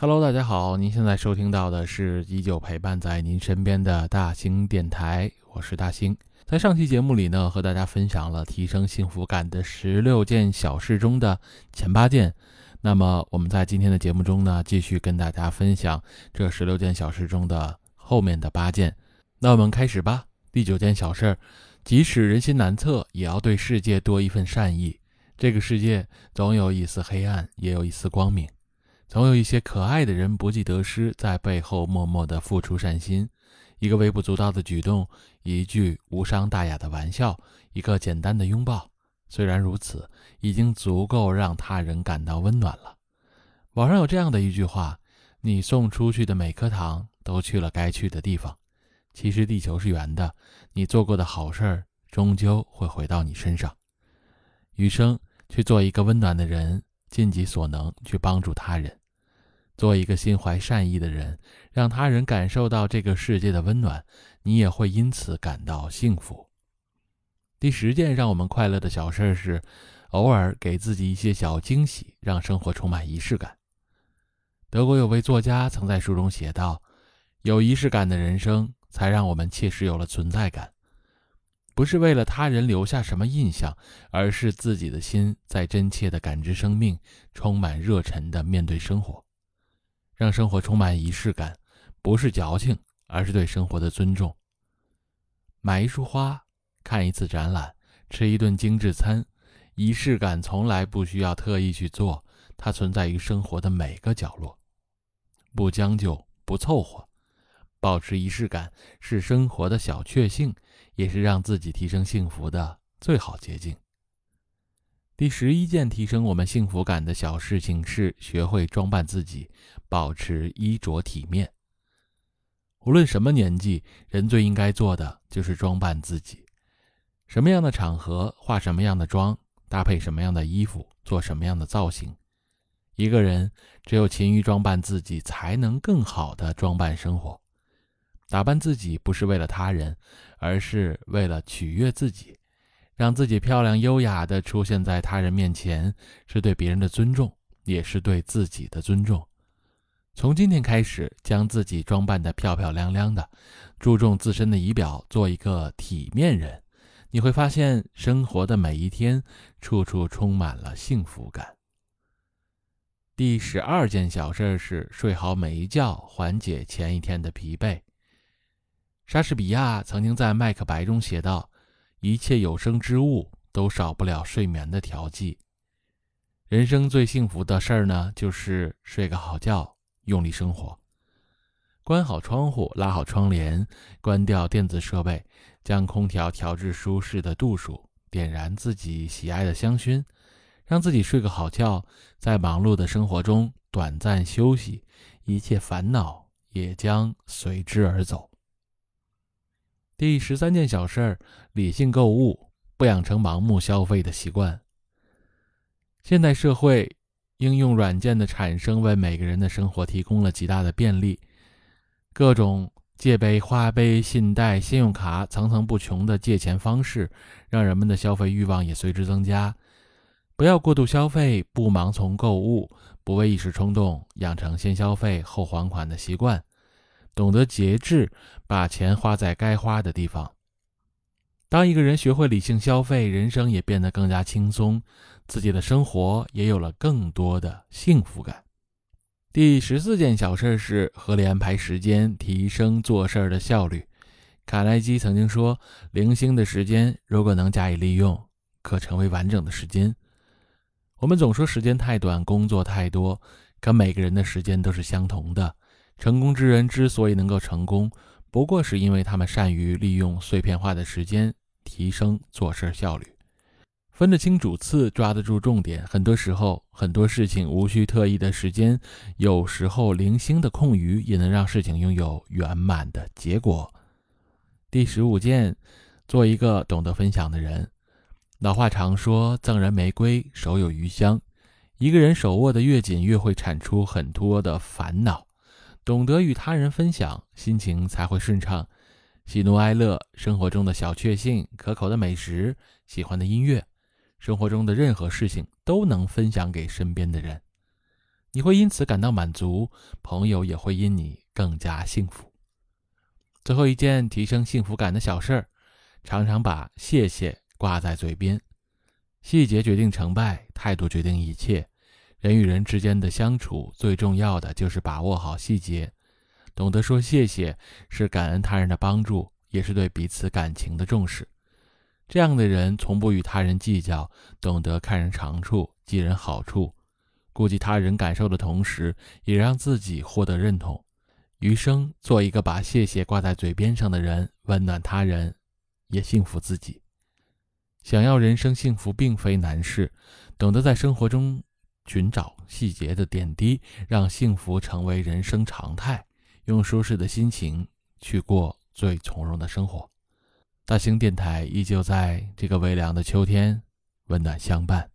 Hello， 大家好，您现在收听到的是依旧陪伴在您身边的大兴电台，我是大兴。在上期节目里呢，和大家分享了提升幸福感的16件小事中的前8件。那么我们在今天的节目中呢，继续跟大家分享这16件小事中的后面的8件。那我们开始吧。第9件小事，即使人心难测，也要对世界多一份善意。这个世界总有一丝黑暗，也有一丝光明。总有一些可爱的人不计得失，在背后默默地付出善心。一个微不足道的举动，一句无伤大雅的玩笑，一个简单的拥抱，虽然如此，已经足够让他人感到温暖了。网上有这样的一句话，你送出去的每颗糖都去了该去的地方。其实地球是圆的，你做过的好事终究会回到你身上。余生去做一个温暖的人，尽己所能去帮助他人。做一个心怀善意的人，让他人感受到这个世界的温暖，你也会因此感到幸福。第10件让我们快乐的小事是，偶尔给自己一些小惊喜，让生活充满仪式感。德国有位作家曾在书中写道，有仪式感的人生，才让我们切实有了存在感。不是为了他人留下什么印象，而是自己的心在真切地感知生命，充满热忱地面对生活。让生活充满仪式感，不是矫情，而是对生活的尊重。买一束花，看一次展览，吃一顿精致餐，仪式感从来不需要特意去做，它存在于生活的每个角落。不将就，不凑合，保持仪式感是生活的小确幸，也是让自己提升幸福的最好捷径。第11件提升我们幸福感的小事情是学会装扮自己，保持衣着体面。无论什么年纪，人最应该做的就是装扮自己。什么样的场合，化什么样的妆，搭配什么样的衣服，做什么样的造型。一个人只有勤于装扮自己，才能更好地装扮生活。打扮自己不是为了他人，而是为了取悦自己。让自己漂亮优雅地出现在他人面前，是对别人的尊重，也是对自己的尊重。从今天开始，将自己装扮得漂漂亮亮的，注重自身的仪表，做一个体面人。你会发现，生活的每一天，处处充满了幸福感。第12件小事是睡好每一觉，缓解前一天的疲惫。莎士比亚曾经在《麦克白》中写道，一切有生之物都少不了睡眠的调剂。人生最幸福的事儿呢，就是睡个好觉，用力生活。关好窗户，拉好窗帘，关掉电子设备，将空调调至舒适的度数，点燃自己喜爱的香薰，让自己睡个好觉，在忙碌的生活中短暂休息，一切烦恼也将随之而走。第13件小事，理性购物，不养成盲目消费的习惯。现代社会应用软件的产生，为每个人的生活提供了极大的便利。各种借呗、花呗、信贷、信用卡，层层不穷的借钱方式，让人们的消费欲望也随之增加。不要过度消费，不盲从购物，不为一时冲动，养成先消费后还款的习惯。懂得节制，把钱花在该花的地方。当一个人学会理性消费，人生也变得更加轻松，自己的生活也有了更多的幸福感。第14件小事是合理安排时间，提升做事的效率。卡耐基曾经说，零星的时间如果能加以利用，可成为完整的时间。我们总说时间太短，工作太多，可每个人的时间都是相同的。成功之人之所以能够成功，不过是因为他们善于利用碎片化的时间，提升做事效率。分得清主次，抓得住重点，很多时候很多事情无需特意的时间，有时候零星的空余也能让事情拥有圆满的结果。第15件，做一个懂得分享的人。老话常说，赠人玫瑰，手有余香。一个人手握的越紧，越会产出很多的烦恼。懂得与他人分享，心情才会顺畅。喜怒哀乐，生活中的小确幸，可口的美食，喜欢的音乐，生活中的任何事情都能分享给身边的人。 你会因此感到满足，朋友也会因你更加幸福。最后一件提升幸福感的小事，常常把谢谢挂在嘴边。细节决定成败，态度决定一切。人与人之间的相处，最重要的就是把握好细节。懂得说谢谢，是感恩他人的帮助，也是对彼此感情的重视。这样的人从不与他人计较，懂得看人长处，记人好处，顾及他人感受的同时，也让自己获得认同。余生做一个把谢谢挂在嘴边上的人，温暖他人，也幸福自己。想要人生幸福并非难事，懂得在生活中寻找细节的点滴，让幸福成为人生常态，用舒适的心情去过最从容的生活。大兴电台依旧在这个微凉的秋天温暖相伴。